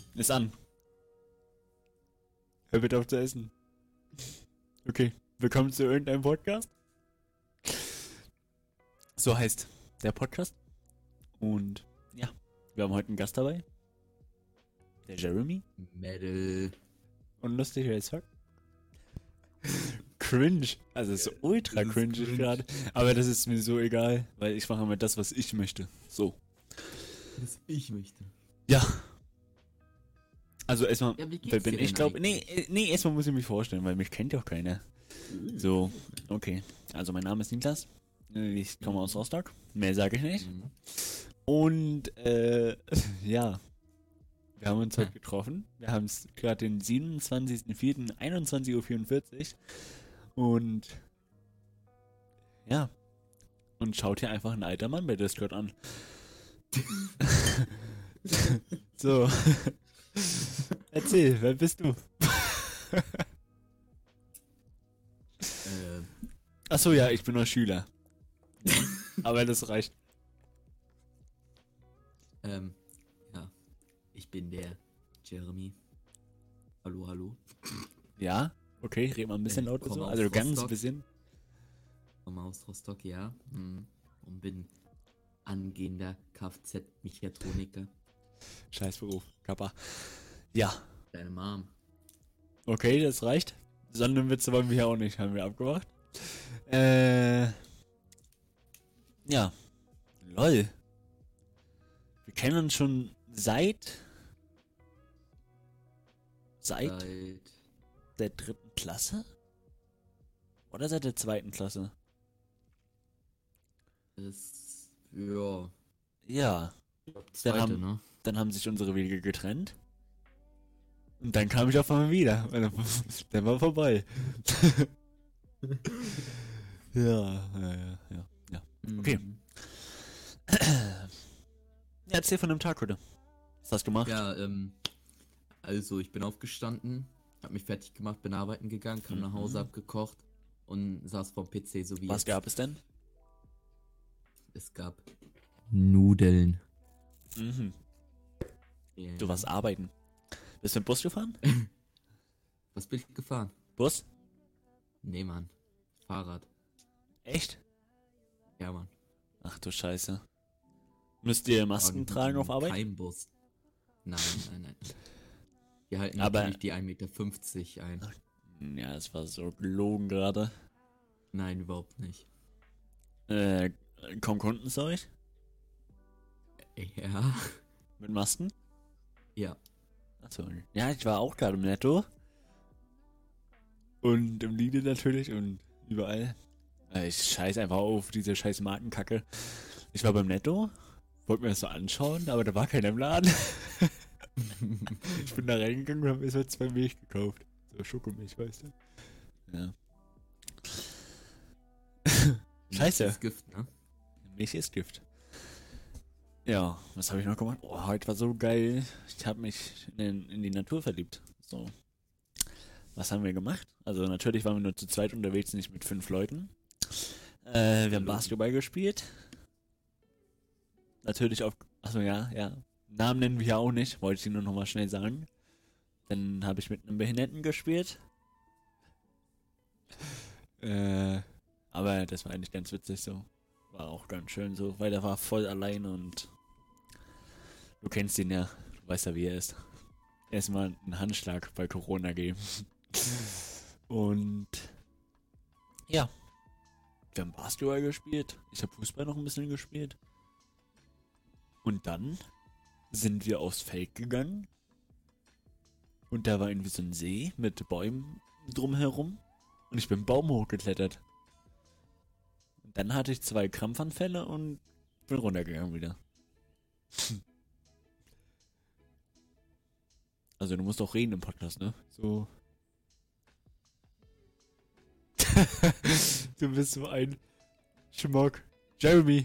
Ist an. Hör bitte auf zu essen. Okay, willkommen zu irgendeinem Podcast. So heißt der Podcast. Und ja, wir haben heute einen Gast dabei. Der Jeremy. Metal. Und lustig as fuck. Cringe. Also es ist ultra cringe gerade. Aber das ist mir so egal, weil ich mache immer das, was ich möchte. So. Was ich möchte. Ja. Also erstmal, Ja, wie wer geht's bin dir ich? denn Glaube, eigentlich? nee, erstmal muss ich mich vorstellen, weil mich kennt ja auch keiner. So, okay. Also mein Name ist Niklas. Ich komme aus Rostock. Mehr sage ich nicht. Mhm. Und ja, wir haben uns heute getroffen. Wir haben es gerade den 27.04.21:44 Uhr. Und ja, und schaut hier einfach ein alter Mann bei Discord an. So. Erzähl, wer bist du? Achso, ja, ich bin noch Schüler. Aber das reicht. Ja. Ich bin der Jeremy. Hallo, hallo. Ja, okay, red mal ein bisschen lauter Komm so. aus Also ganz Rostock. bisschen. Komme aus Rostock, ja. Und bin angehender Kfz-Mechatroniker. Scheiß Beruf, Kappa. Ja, Deine Mom. okay, das reicht. Sonnenwitze wollen wir hier auch nicht, haben wir abgemacht. Ja. Lol. Wir kennen uns schon seit Seit der 3. Klasse? Oder seit der 2. Klasse? ist, ja, Ja. zweite, ne? Dann haben sich unsere Wege getrennt. Und dann kam ich auf einmal wieder. Und dann war vorbei. Ja. Okay. Mhm. Ja, erzähl von dem Tag heute. Was hast du gemacht? Ja, also ich bin aufgestanden, hab mich fertig gemacht, bin arbeiten gegangen, kam nach Hause, hab gekocht und saß vorm PC, so wie Was jetzt. gab es denn? Es gab Nudeln. Mhm. Yeah. Du warst arbeiten. Bist du mit Bus gefahren? Was bin ich gefahren? Bus? Nee, Mann. Fahrrad. Echt? Ja, Mann. Ach du Scheiße. Müsst ihr Masken tragen auf Arbeit? Kein Bus. Nein. Wir halten Aber- natürlich die 1,50 Meter ein. Ja, es war so gelogen gerade. Nein, überhaupt nicht. Kommen Kunden zu euch? Ja. Mit Masken? Ja. Achso. Ja, ich war auch gerade im Netto. Und im Lidl natürlich und überall. Ich scheiß einfach auf diese scheiß Markenkacke. Ich war beim Netto, wollte mir das so anschauen, aber da war keiner im Laden. Ich bin da reingegangen und hab mir so 2 Milch gekauft. So Schokomilch, weißt du? Ja. Scheiße. Das ist Gift, ne? Milch ist Gift. Ja, was habe ich noch gemacht? Oh, heute war so geil. Ich habe mich in die Natur verliebt. So. Was haben wir gemacht? Also natürlich waren wir nur zu zweit unterwegs, nicht mit 5 Leuten. Wir haben Basketball gespielt. Natürlich auf... Achso, ja. Namen nennen wir ja auch nicht. Wollte ich nur noch mal schnell sagen. Dann habe ich mit einem Behinderten gespielt. Aber das war eigentlich ganz witzig so. War auch ganz schön so, weil der war voll alleine und du kennst ihn ja, du weißt ja, wie er ist. Erstmal einen Handschlag bei Corona geben. Und ja, wir haben Basketball gespielt. Ich habe Fußball noch ein bisschen gespielt. Und dann sind wir aufs Feld gegangen. Und da war irgendwie so ein See mit Bäumen drumherum. Und ich bin einen Baum hochgeklettert. Und dann hatte ich 2 Krampfanfälle und bin runtergegangen wieder. Also du musst auch reden im Podcast, ne? So. Du bist so ein Schmuck. Jeremy.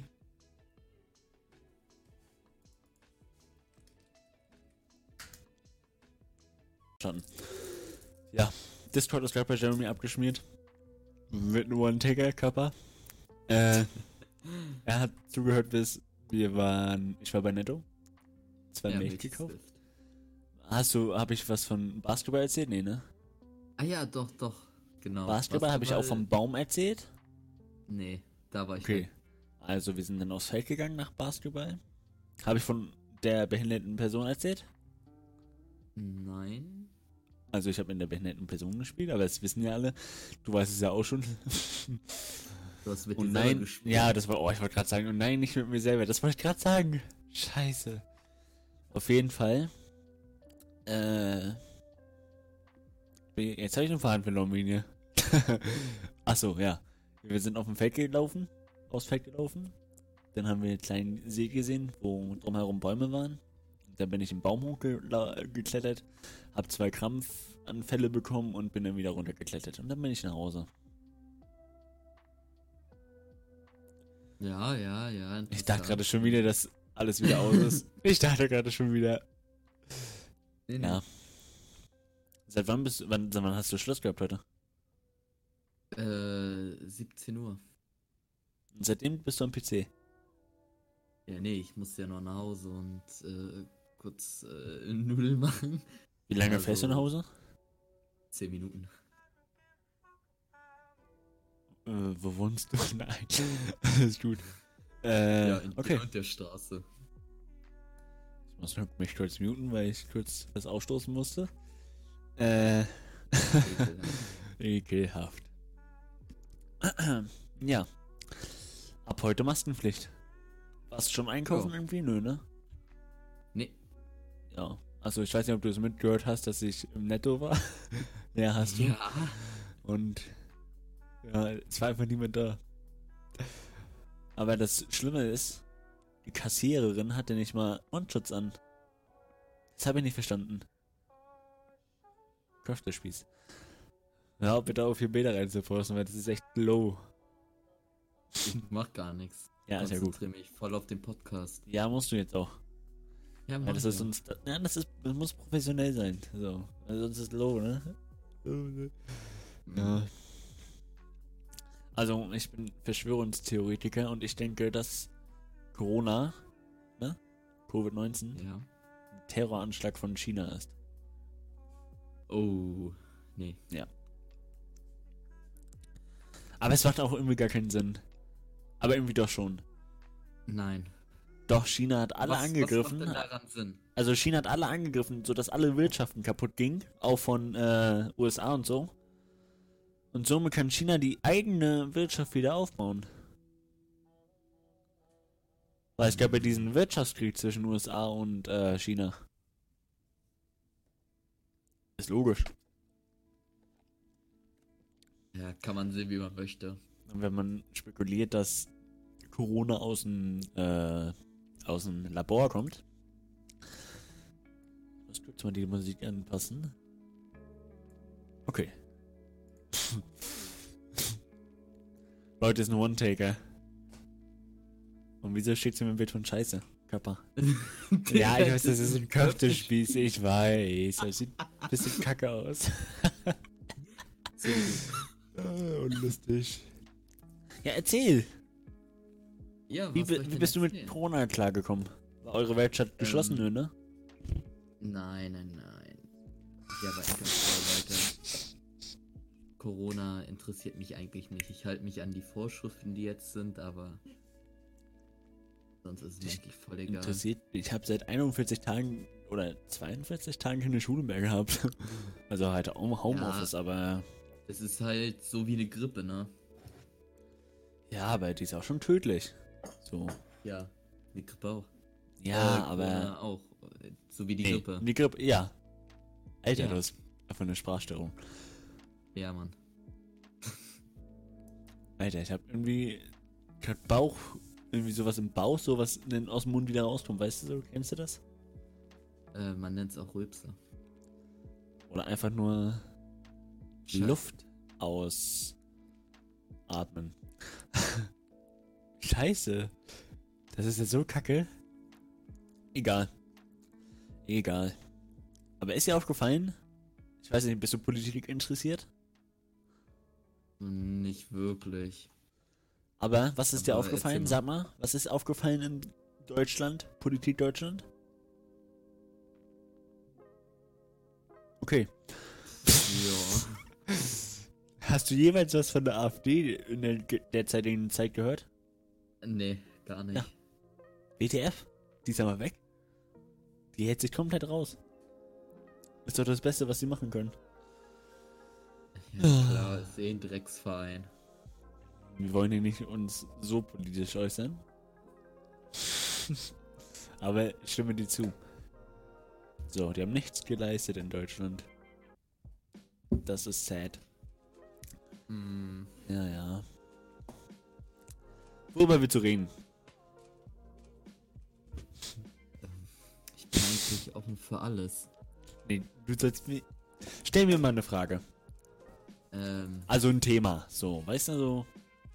Schon. Ja, Discord ist gerade bei Jeremy abgeschmiert. Mit einem One-Taker-Kappa. Er hat zugehört, bis ich war bei Netto. 2 Milch gekauft. Habe ich was von Basketball erzählt? Nee, ne? Ah ja, doch, genau. Basketball habe ich auch vom Baum erzählt. Nee, da war ich Okay. nicht. Also wir sind dann aufs Feld gegangen nach Basketball. Habe ich von der behinderten Person erzählt? Nein. Also ich habe mit der behinderten Person gespielt, aber das wissen ja alle. Du weißt es ja auch schon. Du hast mit dir Und selber nein, gespielt. ja, das war, ich wollte gerade sagen, und nein, nicht mit mir selber. Das wollte ich gerade sagen. Scheiße. Auf jeden Fall. Jetzt habe ich den Faden verloren, Linie. Achso, ja. Wir sind auf dem Feld gelaufen, aufs Feld gelaufen. Dann haben wir einen kleinen See gesehen, wo drumherum Bäume waren. Dann bin ich im Baum hochgeklettert, hab 2 Krampfanfälle bekommen und bin dann wieder runtergeklettert. Und dann bin ich nach Hause. Ja, Ich dachte gerade schon wieder, dass alles wieder aus ist. Ich dachte gerade schon wieder. Nee. Ja. Seit wann wann hast du Schluss gehabt heute? 17 Uhr. Und seitdem bist du am PC. Ja, nee, ich musste ja noch nach Hause und kurz Nudeln machen. Wie lange Also- fährst du nach Hause? 10 Minuten. Wo wohnst du? Nein. Alles gut. Ja, in Okay. der Straße. Ich muss mich kurz muten, weil ich kurz was ausstoßen musste. Ekelhaft. Ja. Ab heute Maskenpflicht. Warst du schon einkaufen Ja. irgendwie? Nö, ne? Nee. Ja. Also ich weiß nicht, ob du es mitgehört hast, dass ich im Netto war. Ja, hast du. Ja. Und ja, es war einfach niemand da. Aber das Schlimme ist, die Kassiererin hatte nicht mal Mundschutz an. Das habe ich nicht verstanden. Crafterspieß. Ja, bitte auf 4 Meter reinzuforsten, weil das ist echt low. Ich mach gar nichts. Ja, ist ja gut. Konzentriere mich voll auf den Podcast. Ja, musst du jetzt auch. Ja, Ja, das ist uns. Ja, das muss professionell sein. So. Also sonst ist low, ne? Ja. Also, ich bin Verschwörungstheoretiker und ich denke, dass Corona, ne? Covid-19, Ja. ein Terroranschlag von China ist. Oh. Nee. Aber es macht auch irgendwie gar keinen Sinn. Aber irgendwie doch schon. Nein. Doch, China hat alle angegriffen. Was macht denn daran Sinn? Also China hat alle angegriffen, sodass alle Wirtschaften kaputt gingen. Auch von USA und so. Und somit kann China die eigene Wirtschaft wieder aufbauen. Weil es gab ja diesen Wirtschaftskrieg zwischen USA und China. Ist logisch. Ja, kann man sehen, wie man möchte. Und wenn man spekuliert, dass Corona aus dem Labor kommt. Ich muss kurz mal die Musik anpassen. Okay. Leute, ist ein One-Taker. Und wieso steht sie mir im Bild von Scheiße? Kappa. Ja, ich weiß, das ist ein Köftespieß, ich weiß. Das sieht ein bisschen kacke aus. Unlustig. Ja, erzähl. Ja, Wie was soll ich denn bist du mit erzählen? Corona klargekommen? War eure Werkstatt geschlossen, ne? Nein. Ich habe eigentlich vor, Leute. Corona interessiert mich eigentlich nicht. Ich halte mich an die Vorschriften, die jetzt sind, aber sonst ist es mir eigentlich voll egal. Interessiert. Ich habe seit 41 Tagen oder 42 Tagen keine Schule mehr gehabt. Also halt Homeoffice, aber Es ist halt so wie eine Grippe, ne? ja, aber die ist auch schon tödlich. So. Ja, die Grippe auch. Ja, Corona aber auch. So wie die nee, Grippe. die Grippe, ja. Alter, Ja. das ist einfach eine Sprachstörung. Ja, Mann. Alter, ich habe irgendwie Bauch, irgendwie sowas im Bauch, sowas aus dem Mund wieder rauskommt. Weißt du so? Kennst du das? Man nennt es auch Rülpse. Oder einfach nur Scheiße. Luft ausatmen. Scheiße. Das ist ja so kacke. Egal. Aber ist dir aufgefallen? Ich weiß nicht, bist du Politik interessiert? Nicht wirklich. Aber was ist dir Aber aufgefallen? erzähl Sag mal, was ist aufgefallen in Deutschland? Politik Deutschland? Okay. Ja. Hast du jeweils was von der AfD in der derzeitigen Zeit gehört? Nee, gar nicht. Ja. WTF? Die ist aber weg. Die hält sich komplett raus. Ist doch das Beste, was sie machen können. Ja, klar, ist eh ein Drecksverein. Wir wollen ja nicht uns so politisch äußern. Aber ich stimme dir zu. So, die haben nichts geleistet in Deutschland. Das ist sad. Ja, ja. Worüber willst du reden? Ich bin eigentlich offen für alles. Nee, du sollst mir... Stell mir mal eine Frage. Also ein Thema. So, weißt du, so...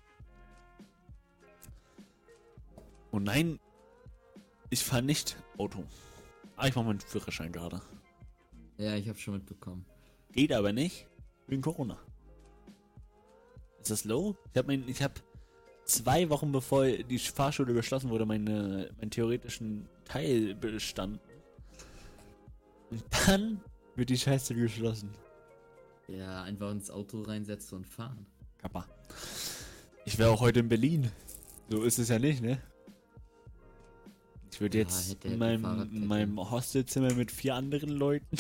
Oh nein, ich fahre nicht Auto. Ah, ich mache meinen Führerschein gerade. Ja, ich habe schon mitbekommen. Geht aber nicht, wegen Corona. Ist das low? Ich hab 2 Wochen bevor die Fahrschule geschlossen wurde, meinen theoretischen Teil bestanden. Und dann wird die Scheiße geschlossen. Ja, einfach ins Auto reinsetzen und fahren. Kappa. Ich wäre auch heute in Berlin. So ist es ja nicht, ne? Ich würde jetzt hätte in Fahrradkette. meinem Hostelzimmer mit 4 anderen Leuten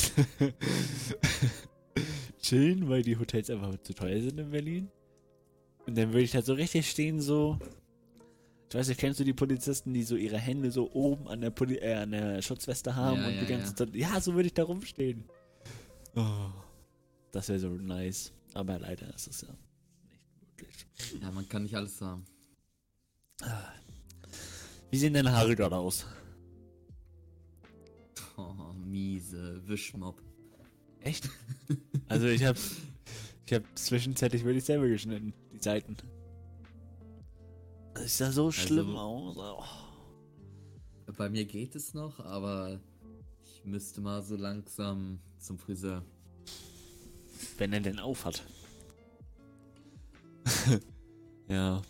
chillen, weil die Hotels einfach zu teuer sind in Berlin. Und dann würde ich da so richtig stehen, so... Ich weiß nicht, kennst du die Polizisten, die so ihre Hände so oben an der Schutzweste haben Ja, und ja, die ganze Zeit... Ja, so würde ich da rumstehen. Oh, das wäre so nice. Aber leider ist es ja nicht möglich. Ja, man kann nicht alles haben. Wie sehen deine Haare gerade aus? Oh, miese Wischmob. Echt? Also ich hab zwischenzeitlich wirklich selber geschnitten, die Seiten. Das sah so schlimm aus. Oh. Bei mir geht es noch, aber ich müsste mal so langsam zum Friseur. Wenn er denn auf hat. Ja.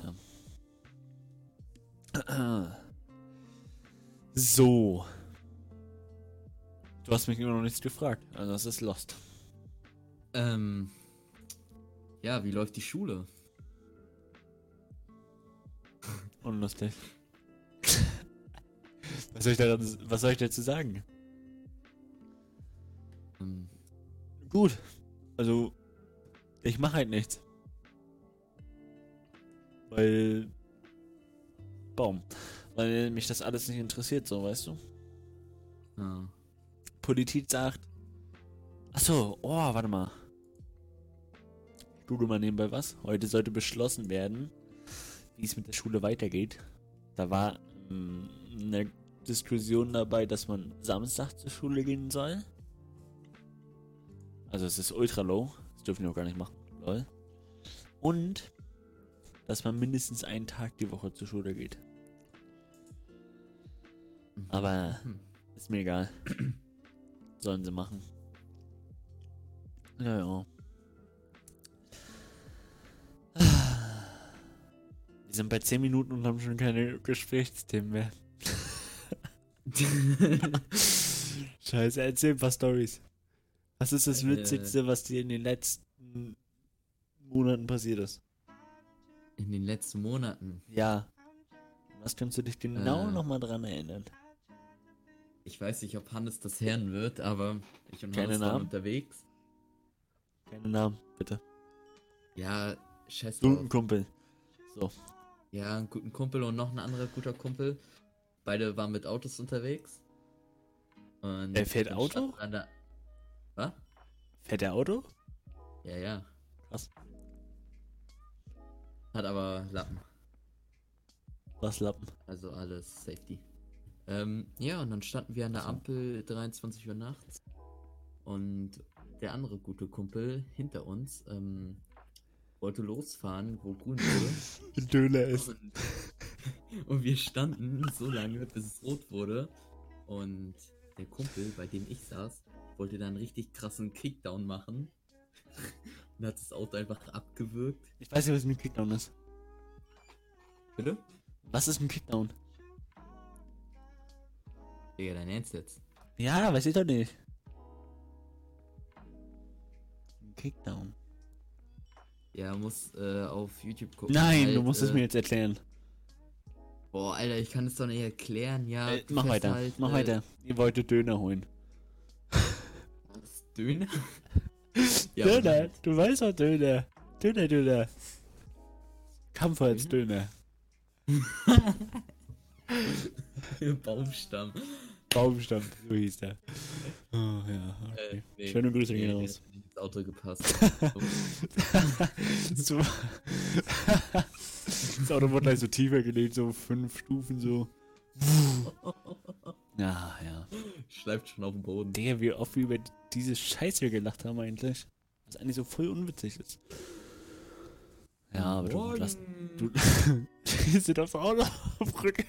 So. Du hast mich immer noch nichts gefragt. Also das ist lost. Ja, wie läuft die Schule? Unlustig. Was soll ich dazu sagen? Gut. Also, ich mache halt nichts. Weil mich das alles nicht interessiert, so, weißt du? Ja. Politik sagt... Achso, warte mal. Ich google mal nebenbei was. Heute sollte beschlossen werden, wie es mit der Schule weitergeht. Da war eine Diskussion dabei, dass man Samstag zur Schule gehen soll. Also es ist ultra low. Das dürfen wir auch gar nicht machen. Lol. Und dass man mindestens einen Tag die Woche zur Schule geht. Aber ist mir egal. Sollen sie machen. Ja. Wir sind bei 10 Minuten und haben schon keine Gesprächsthemen mehr. Scheiße, erzähl ein paar Storys. Was ist das Witzigste, was dir in den letzten Monaten passiert ist? In den letzten Monaten? Ja. Was kannst du dich genau nochmal dran erinnern? Ich weiß nicht, ob Hannes das hören wird, aber ich und Keine Hannes waren Namen? unterwegs. Keine Namen, bitte. Ja, scheiß Du, drauf. ein Kumpel. So. Ja, einen guten Kumpel und noch ein anderer guter Kumpel. Beide waren mit Autos unterwegs. Und Er fährt dann Auto? stand da- Was? Fährt der Auto? Ja, ja. Krass. Hat aber Lappen. Was Lappen? Also alles Safety. Ja, und dann standen wir an der Ampel 23 Uhr nachts. Und der andere gute Kumpel hinter uns wollte losfahren, wo grün wurde. Döner ist. Und wir standen so lange, bis es rot wurde. Und der Kumpel, bei dem ich saß, wollte dann einen richtig krassen Kickdown machen. Und hat das Auto einfach abgewürgt. Ich weiß nicht, was ein Kickdown ist. Bitte? Was ist ein Kickdown? Digga, dein Ernst jetzt? Ja, weiß ich doch nicht. Kickdown. Ja, muss auf YouTube gucken. Nein, halt, du musst es mir jetzt erklären. Boah, Alter, ich kann es doch nicht erklären, ja. du Mach fährst weiter, halt, mach weiter. Ihr wolltet Döner holen. Was, Döner? Ja, Döner, Moment. du weißt doch Döner. Döner. Kampfholzdöner. Baumstamm. Baumstamm, so hieß der. Oh ja, okay. Schöne Grüße gehen raus. Hat nicht ins Auto gepasst. So. Das Auto wurde gleich so tiefer gelegt, so 5 Stufen so. Ja. Schleift schon auf dem Boden. Digga, wie oft wir über diese Scheiße gelacht haben eigentlich. Was eigentlich so voll unwitzig ist. Ja, aber du lass. Du sind aufs Auto aufrücken.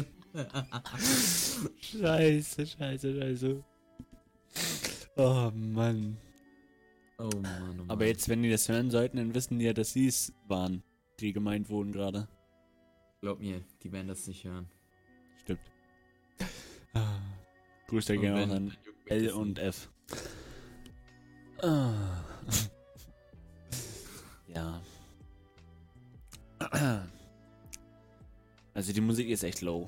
Scheiße. Oh Mann. Oh Mann. Aber jetzt, wenn die das hören sollten, dann wissen die ja, dass sie es waren, die gemeint wurden gerade. Glaub mir, die werden das nicht hören. Stimmt. Grüß dir gerne auch an juckt mich L das und nicht. F. Ja. Also die Musik ist echt low.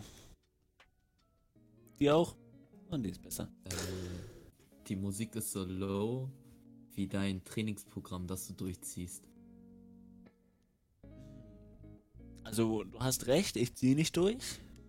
Die auch? Und die ist besser. Die Musik ist so low wie dein Trainingsprogramm, das du durchziehst. Also du hast recht, ich ziehe nicht durch.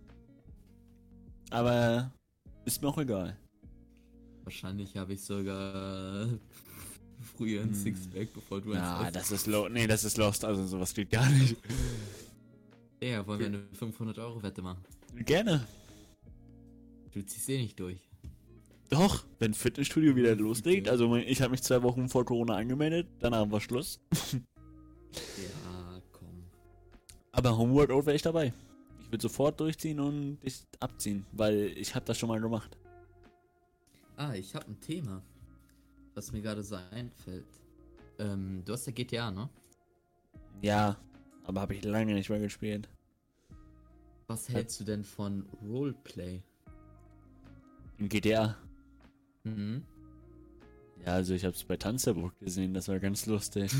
Aber ist mir auch egal. Wahrscheinlich habe ich sogar früher ein Sixpack, bevor du Ja, eins das ist low. Nee, das ist lost, also sowas geht gar nicht. Ja, wollen wir eine 500-Euro-Wette machen? Gerne. Du ziehst eh nicht durch. Doch, wenn Fitnessstudio wieder loslegt, also ich habe mich 2 Wochen vor Corona angemeldet, danach war Schluss. Ja, komm. Aber Homeworkout wäre ich dabei. Ich würde sofort durchziehen und dich abziehen, weil ich habe das schon mal gemacht. Ah, ich habe ein Thema, was mir gerade so einfällt. Du hast ja GTA, ne? Ja, aber habe ich lange nicht mehr gespielt. Was hältst du denn von Roleplay? In GTA. Mhm. Ja, also ich habe es bei Tanzverbot gesehen, das war ganz lustig.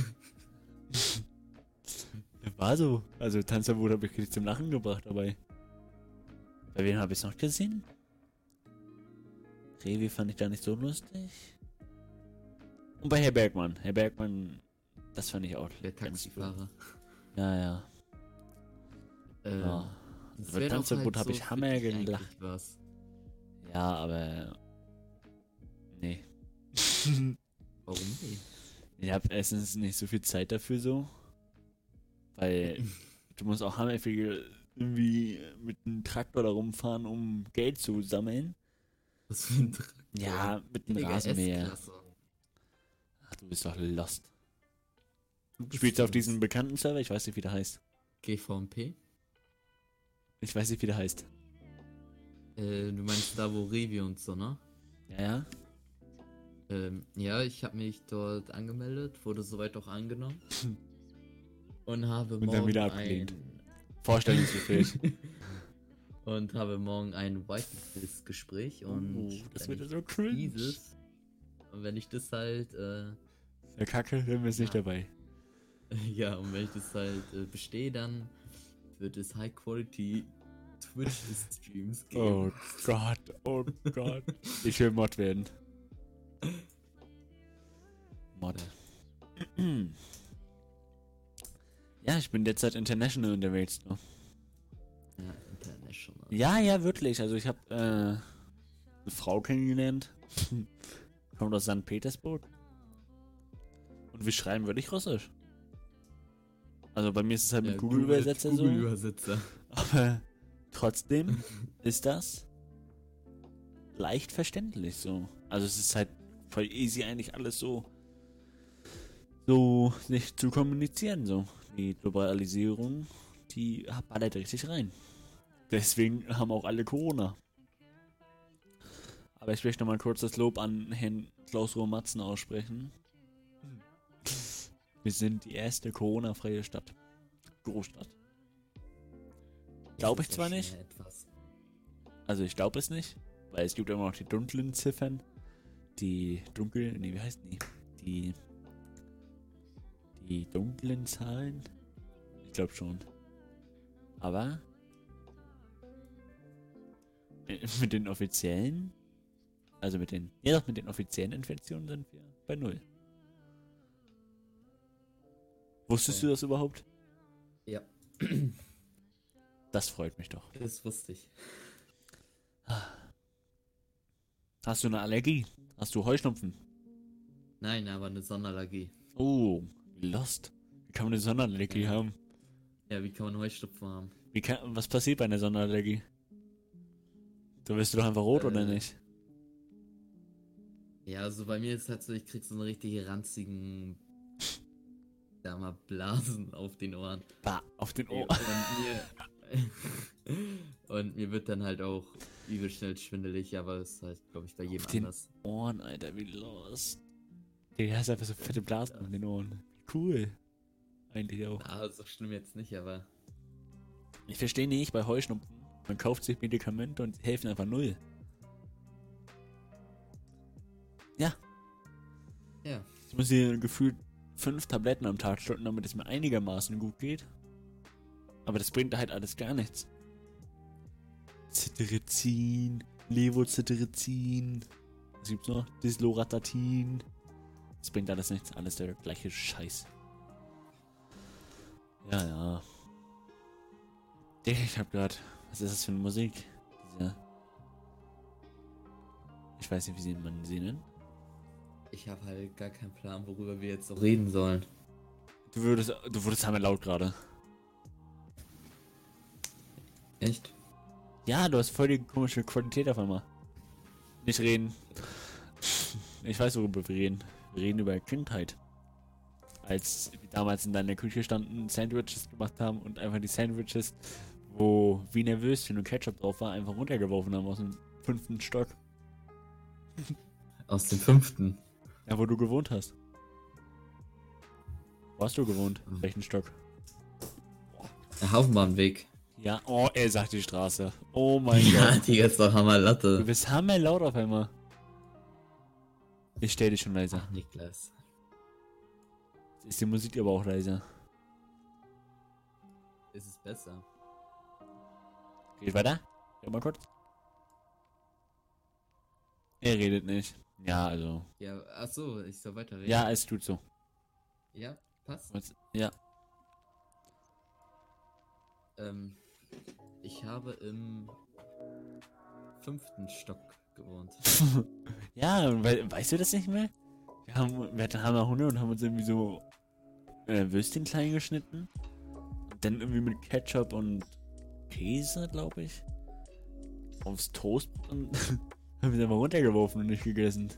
War so. Also Tanzverbot habe ich richtig zum Lachen gebracht dabei. Bei wem habe ich es noch gesehen? Revi fand ich da nicht so lustig. Und bei Herr Bergmann. Herr Bergmann, das fand ich auch Der ganz gut. Taxifahrer. Ja. Ja. Das Bei wär doch Tanzverbot halt habe so ich für Hammer dich eigentlich gelacht. was. Ja, aber... Nee. Warum nicht? Ich habe erstens nicht so viel Zeit dafür so. Weil du musst auch hammer viel irgendwie mit einem Traktor da rumfahren, um Geld zu sammeln. Was für ein Traktor? Ja, mit einem Digga, Rasenmäher. S-Klasse. Ach, du bist doch lost. Du bist Spielst du auf los. diesem bekannten Server? Ich weiß nicht, wie der heißt. GVMP? Ich weiß nicht, wie der heißt. Du meinst da, wo Revi und so, ne? Ja? Ja, ich habe mich dort angemeldet, wurde soweit auch angenommen. Und habe Und dann morgen wieder abgelehnt. Vorstellungsgespräch. und habe morgen ein Whitelist-Gespräch und das wenn wird ich so cringe. und wenn ich das halt, Verkacke, dann bist du nicht Ja. dabei. ja, und wenn ich das halt bestehe, dann wird es High-Quality Twitch-Streams geben. Oh Gott. Ich will Mod werden. Mod. Ja, ich bin derzeit international unterwegs. Ne? Ja, international. Ja, wirklich. Also ich habe eine Frau kennengelernt. Kommt aus St. Petersburg. Und wir schreiben wirklich Russisch. Also bei mir ist es halt mit Google-Übersetzer so. Google-Übersetzer. Aber trotzdem ist das leicht verständlich so. Also es ist halt voll easy eigentlich alles so sich zu kommunizieren so. Die Globalisierung, die ballert richtig rein. Deswegen haben auch alle Corona. Aber ich möchte noch mal kurz das Lob an Herrn Klaus-Ruhr Matzen aussprechen. Wir sind die erste Corona-freie Stadt. Großstadt. Glaube ich zwar nicht. Also ich glaube es nicht, weil es gibt immer noch die dunklen Ziffern. Wie heißen die? Die Die dunklen Zahlen? Ich glaube schon. Aber mit den offiziellen, also mit den offiziellen Infektionen sind wir bei 0. Wusstest du das überhaupt? Ja, Das freut mich doch. das wusste ich. Hast du eine Allergie? Hast du Heuschnupfen? Nein, aber eine Sonnenallergie. Oh, lost. Wie kann man eine Sonnenallergie haben? Ja, wie kann man Heuschnupfen haben? Was passiert bei einer Sonnenallergie? Du wirst doch einfach rot, oder nicht? Ja, also bei mir ist halt so, ich krieg so einen richtig ranzigen, da mal Blasen auf den Ohren. Bah, auf den Ohr. Und mir wird dann halt auch übel schnell schwindelig, aber das ist halt, glaube ich, bei jedem Auf den anders. Ohren, Alter, wie lost. Der hast einfach so fette Blasen auf den Ohren. Cool. Eigentlich auch. Ah, so schlimm jetzt nicht, aber Ich verstehe nicht, bei Heuschnupfen, man kauft sich Medikamente und die helfen einfach 0. Ja. ja. Ich muss hier gefühlt 5 Tabletten am Tag schlucken, damit es mir einigermaßen gut geht. Aber das bringt halt alles gar nichts. Cetirizin, Levocetirizin, was gibt's noch? Disloratatin. Das bringt alles nichts, alles der gleiche Scheiß. Ja. Ich hab grad, was ist das für eine Musik? Ich weiß nicht, wie man sie nennt. Ich habe halt gar keinen Plan, worüber wir jetzt noch reden sollen. Du wurdest hammer laut gerade. Echt? Ja, du hast voll die komische Qualität auf einmal. Nicht reden. Ich weiß, worüber wir reden. Wir reden über Kindheit. Als wir damals in deiner Küche standen, Sandwiches gemacht haben und einfach die Sandwiches, wo Wiener Würstchen und Ketchup drauf war, einfach runtergeworfen haben aus dem 5. Stock. Aus dem 5. Ja, wo du gewohnt hast. Wo hast du gewohnt? In welchen Stock? Der Haufenbahnweg. Ja, oh, er sagt die Straße. Oh mein Ja, Gott. die ist doch Du Hammerlatte. bist hammerlaut auf einmal. Ich stell dich schon leiser. Ach, Niklas. Jetzt ist die Musik aber auch leiser. Ist es besser? Geht weiter? Ja, mal kurz. Er redet nicht. Ja, also. Ja, achso, ich soll weiterreden. Ja, es tut so. Ja, passt. Ja. Ich habe im 5. Stock gewohnt. Ja, weißt du das nicht mehr? Wir hatten Hammerhunde und haben uns irgendwie so Würstchen klein geschnitten. Und dann irgendwie mit Ketchup und Käse, glaube ich, aufs Toast und haben wir einfach runtergeworfen und nicht gegessen.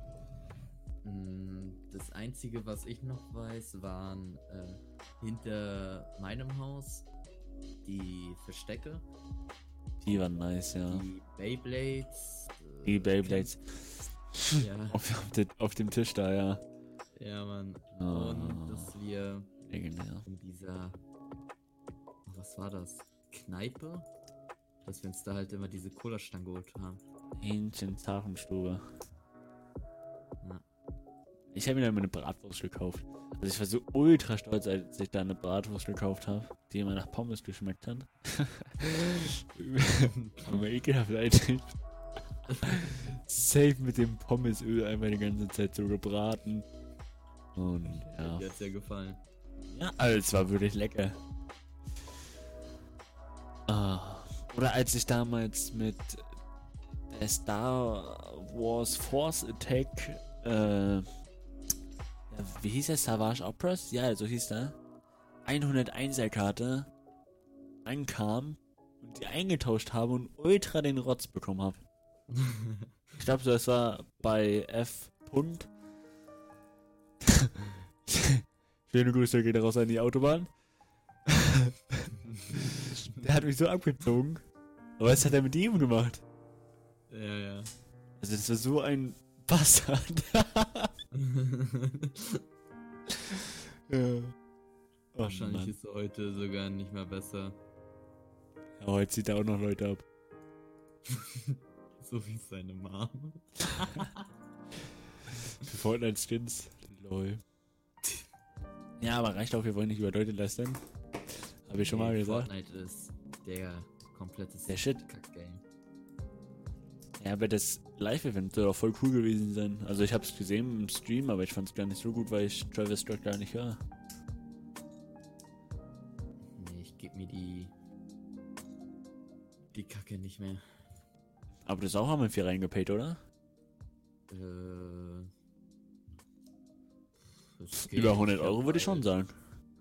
Das Einzige, was ich noch weiß, waren hinter meinem Haus die Verstecke. Die waren nice, ja. Die Beyblades. Die Beyblades. Ja. Auf dem Tisch da, ja. Ja, Mann. Oh. Und dass wir Legendär. in dieser, was war das? Kneipe? Dass wir uns da halt immer diese Cola-Stange geholt haben. Hähnchen Hafenstube. Ja. Ich habe mir dann eine Bratwurst gekauft. Also ich war so ultra stolz, als ich da eine Bratwurst gekauft habe, die immer nach Pommes geschmeckt hat. Aber ekelhaft eigentlich. Safe mit dem Pommesöl einfach die ganze Zeit so gebraten. Und ja. Dir hat's ja gefallen. Ja, also es war wirklich lecker. Oder als ich damals mit der Star Wars Force Attack, wie hieß der? Savage Operas? Ja, so hieß der. 101er Karte ankam und die eingetauscht habe und ultra den Rotz bekommen habe. Ich glaube, das war bei F. Pund. Schöne Grüße geht raus an die Autobahn. Der hat mich so abgezogen. Aber was hat er mit ihm gemacht? Ja. Also das war so ein Bastard. Ja. Oh, Wahrscheinlich Mann. ist er heute sogar nicht mehr besser. Ja, heute zieht er auch noch Leute ab. So wie seine Mom. Für Fortnite Skins. Lol. Ja, aber reicht auch, wir wollen nicht über Leute lästern. Habe ich schon mal gesagt. Fortnite ist der komplette Der Shit. Kack-Game. Ja, aber das Live-Event soll auch voll cool gewesen sein. Also ich habe es gesehen im Stream, aber ich fand es gar nicht so gut, weil ich Travis Scott gar nicht höre. Nee, ich geb mir die Kacke nicht mehr. Aber das auch haben wir viel reingepayt, oder? Das geht. Über 100 Euro würde ich schon sagen.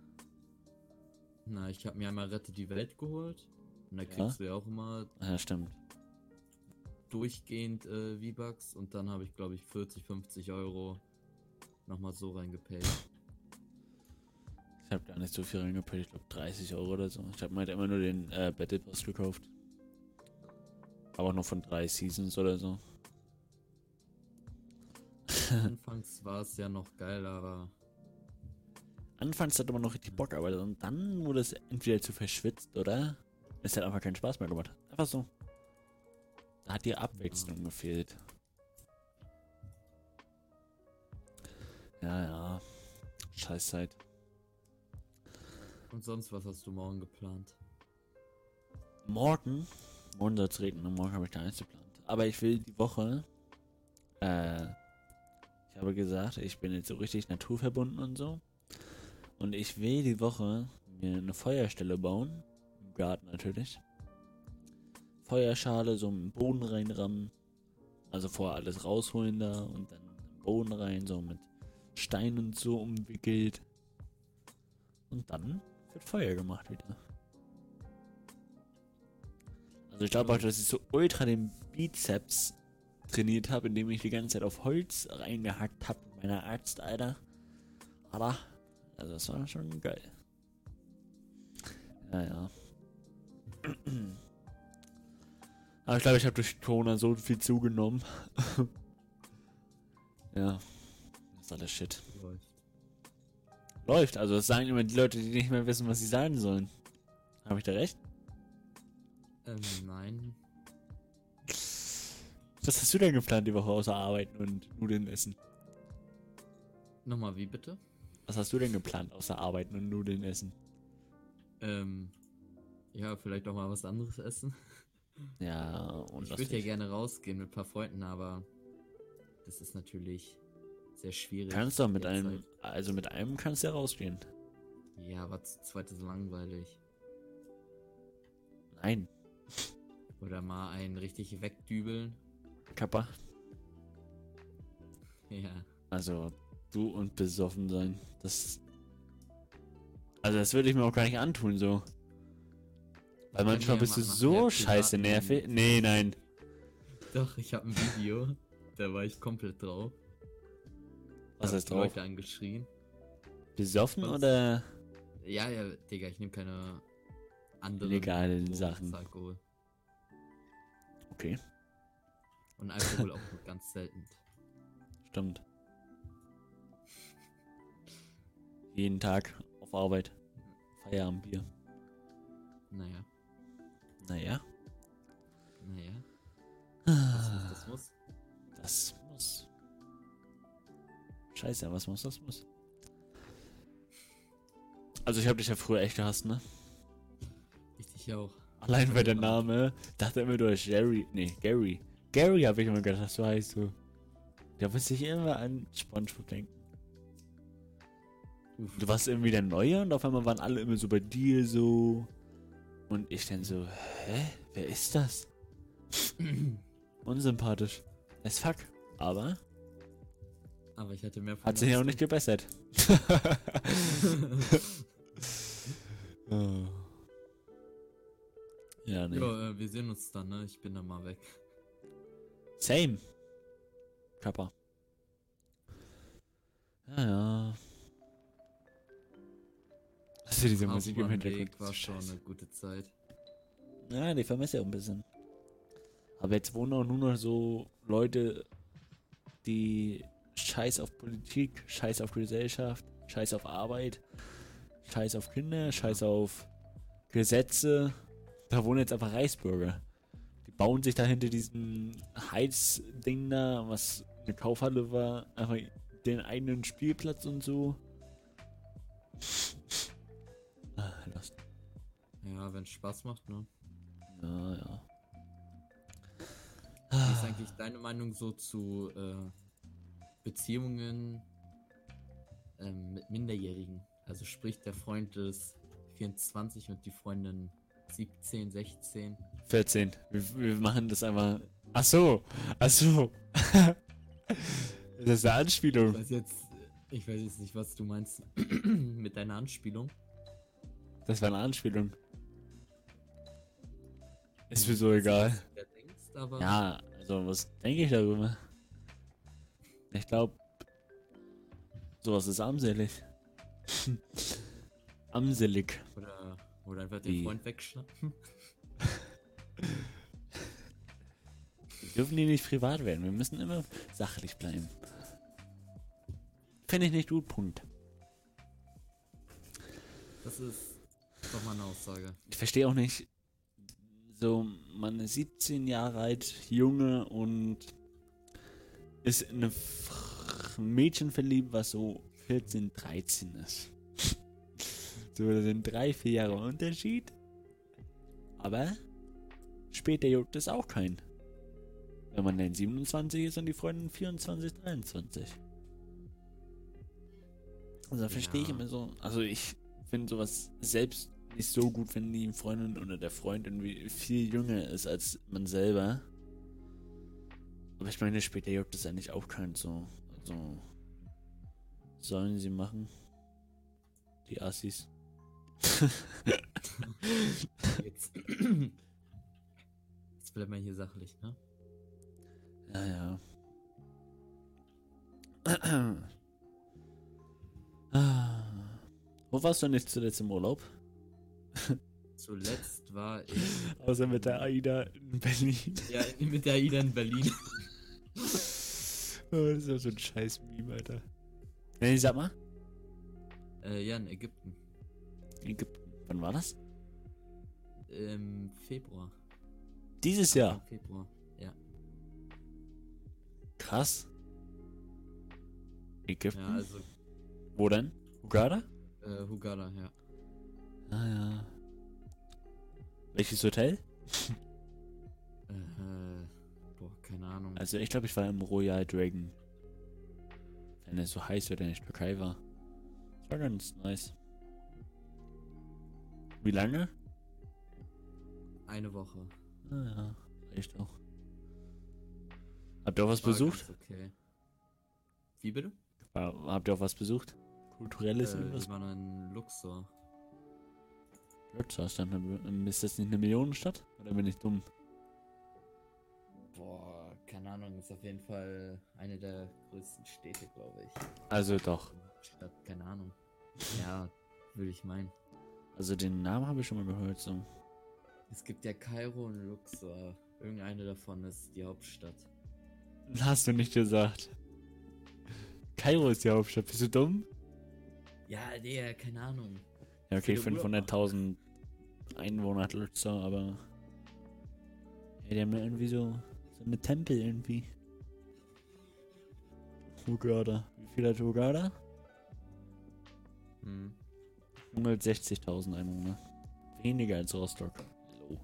Na, ich habe mir einmal Rette die Welt geholt. Und da kriegst du ja auch immer Ja, stimmt. durchgehend V-Bucks. Und dann habe ich, glaube ich, 40, 50 Euro nochmal so reingepayt. Ich habe gar nicht so viel reingepayt, ich glaube 30 Euro oder so. Ich habe mir halt immer nur den Battle Pass gekauft. Aber nur von 3 Seasons oder so. Anfangs war es ja noch geil, aber Anfangs hatte man noch richtig Bock, aber dann wurde es entweder zu verschwitzt, oder? Es hat einfach keinen Spaß mehr gemacht. Einfach so. Da hat die Abwechslung gefehlt. Ja. Scheißzeit. und sonst, was hast du morgen geplant? Morgen soll es regnen, morgen habe ich gar nichts geplant. Aber ich will die Woche, ich habe gesagt, ich bin jetzt so richtig naturverbunden und so. Und ich will die Woche mir eine Feuerstelle bauen. Im Garten natürlich. Feuerschale so im Boden reinrammen. Also vorher alles rausholen da und dann im Boden rein, so mit Steinen und so umwickelt. Und dann wird Feuer gemacht wieder. Also ich glaube auch, dass ich so ultra den Bizeps trainiert habe, indem ich die ganze Zeit auf Holz reingehackt habe mit meiner Axt, Alter. Aber, also das war schon geil. Ja. Aber ich glaube, ich habe durch Corona so viel zugenommen. Ja. Das ist alles Shit. Läuft, also das sagen immer die Leute, die nicht mehr wissen, was sie sagen sollen. Habe ich da recht? Nein. Was hast du denn geplant die Woche außer Arbeiten und Nudeln essen? Nochmal, wie bitte? Was hast du denn geplant außer Arbeiten und Nudeln essen? Ja, vielleicht auch mal was anderes essen. Ja, und Ich würde ja gerne rausgehen mit ein paar Freunden, aber das ist natürlich sehr schwierig. Kannst doch mit derzeit. einem, also mit einem kannst du ja rausgehen. Ja, aber zu zweit ist langweilig. Nein, Oder mal einen richtig wegdübeln. Kappa. Ja. Also du und besoffen sein. Also das würde ich mir auch gar nicht antun, so. Weil manchmal bist du so scheiße nervig. Nee, nein. Doch, ich habe ein Video. Da war ich komplett drauf. Was Hab ist die drauf? Leute angeschrien. Besoffen Was? oder Ja, Digga, ich nehme keine anderen legalen Drogen, Sachen? Alkohol. Okay, Und Alkohol auch nur ganz selten. stimmt. Jeden Tag auf Arbeit. Feierabendbier. Naja. Naja. Das muss. Das muss. Scheiße, was muss, das muss. Also ich habe dich ja früher echt gehasst, ne? Ich dich auch. Allein weil der Name, dachte immer du heißt Jerry, nee, Gary. Gary habe ich immer gedacht, so heißt du. Da musste ich immer an SpongeBob denken. Uff. Du warst irgendwie der Neue und auf einmal waren alle immer so bei dir so. Und ich dann so, hä? Wer ist das? Unsympathisch. As fuck. Aber Aber ich hatte mehr von hat sich ja auch nicht gebessert. Oh. Ja, nee. Jo, wir sehen uns dann, ne? Ich bin dann mal weg. Same. Kappa. Ja. Das ist diese Musik im Hintergrund. War schon eine gute Zeit. Ja, die vermisse ich auch ein bisschen. Aber jetzt wohnen auch nur noch so Leute, die scheiß auf Politik, scheiß auf Gesellschaft, scheiß auf Arbeit, scheiß auf Kinder, scheiß auf Gesetze. Da wohnen jetzt einfach Reichsbürger. Die bauen sich da hinter diesem Heizding da, was eine Kaufhalle war, einfach den eigenen Spielplatz und so. Lost. Ja, wenn es Spaß macht, ne? Ja. Wie ist eigentlich deine Meinung so zu Beziehungen mit Minderjährigen? Also sprich, der Freund ist 24 und die Freundin 17, 16. 14. Wir machen das einmal. Ach so. Das ist eine Anspielung. Ich weiß jetzt nicht, was du meinst mit deiner Anspielung. Das war eine Anspielung. Ist mir so egal. Was du denkst, aber Ja, also was denke ich darüber? Ich glaube, sowas ist armselig. Armselig. Oder einfach den Wie? Freund wegschnappen. Wir dürfen die nicht privat werden. Wir müssen immer sachlich bleiben. Finde ich nicht gut, Punkt. Das ist doch mal eine Aussage. Ich verstehe auch nicht, so, man ist 17 Jahre alt, Junge und ist in ein Mädchen verliebt, was so 14, 13 ist. So, das sind 3-4 Jahre Unterschied. Aber später juckt es auch keinen. Wenn man dann 27 ist und die Freundin 24, 23. Also da verstehe ich Ja. immer so, also ich finde sowas selbst nicht so gut, wenn die Freundin oder der Freund irgendwie viel jünger ist als man selber. Aber ich meine, später juckt es eigentlich auch keinen so. Also sollen sie machen. Die Assis. Jetzt bleibt man hier sachlich, ne? Ja. Wo warst du nicht zuletzt im Urlaub? Zuletzt war ich. Außer mit der AIDA in Berlin. Ja, mit der AIDA in Berlin. Oh, das ist ja so ein scheiß Meme, Alter. Nee, sag mal. Ja, in Ägypten. Ägypten. Wann war das? Im Februar. Dieses Jahr. Im Februar, ja. Krass. Ägypten? Ja, also Wo denn? Hurghada? Hurghada, ja. Ah ja. Welches Hotel? Keine Ahnung. Also ich glaube, ich war im Royal Dragon. Wenn es so heiß wird, in der Türkei war. Das war ganz nice. Wie lange? Eine Woche. Ah ja, echt auch. Habt ihr auch was War besucht? ganz okay. Wie bitte? Habt ihr auch was besucht? Kulturelles irgendwas? Wir waren in Luxor. Luxor, ist das nicht eine Millionenstadt? Oder bin ich dumm? Boah, keine Ahnung, ist auf jeden Fall eine der größten Städte, glaube ich. Also doch. Stadt, keine Ahnung. Ja, würde ich meinen. Also den Namen habe ich schon mal gehört, so. Es gibt ja Kairo und Luxor. Irgendeine davon ist die Hauptstadt. Hast du nicht gesagt. Kairo ist die Hauptstadt. Bist du dumm? Ja, Digga, keine Ahnung. Ja, okay, Viele 500.000 Einwohner hat Luxor, aber... Ja, die haben ja irgendwie so eine Tempel irgendwie. Hurghada. Wie viel hat Hurghada? 160.000 Einwohner. Weniger als Rostock. Hallo.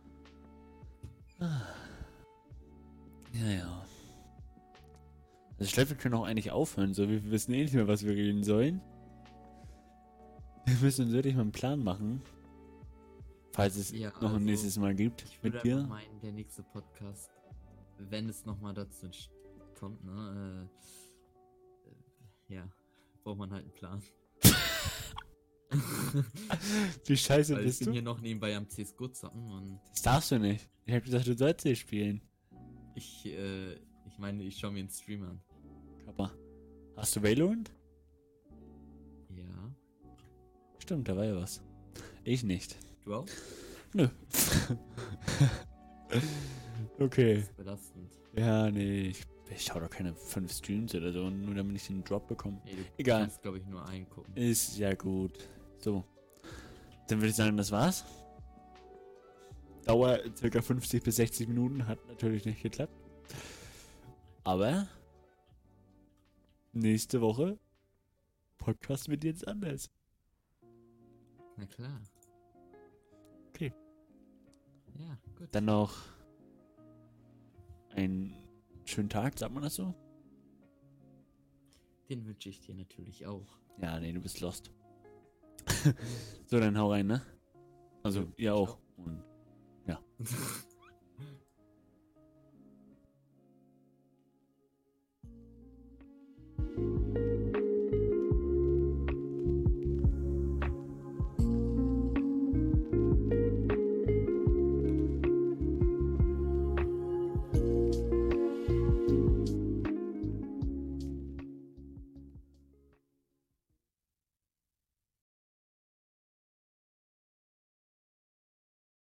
Ja. Also ich glaube, wir können auch eigentlich aufhören, so. Wir wissen eh nicht mehr, was wir reden sollen. Wir müssen uns wirklich mal einen Plan machen. Falls es Ja, noch ein also, nächstes Mal gibt Ich mit würde einfach dir. meinen, der nächste Podcast, wenn es nochmal dazu kommt, ne, ja, braucht man halt einen Plan. Wie scheiße Weil ich bist bin du? hier noch nebenbei am CSGO zocken und Das darfst du nicht. Ich hab gesagt, du sollst nicht spielen. ich meine, ich schaue mir einen Stream an. Kappa. Hast du Valorant? Ja. Stimmt, da war ja was. Ich nicht. Du auch? Nö. Okay. Das ist belastend. Ja, nee, ich schau doch keine 5 Streams oder so, nur damit ich den Drop bekomme. Nee, du Egal. kannst, glaube ich, nur einen gucken. Ist ja gut. So. Dann würde ich sagen, das war's. Dauer ca. 50 bis 60 Minuten, hat natürlich nicht geklappt. Aber nächste Woche Podcast wird jetzt anders. Na klar. Okay. Ja, gut. Dann noch einen schönen Tag, sagt man das so? Den wünsche ich dir natürlich auch. Ja, nee, du bist lost. So, dann hau rein, ne? Also, ihr auch. Und ja.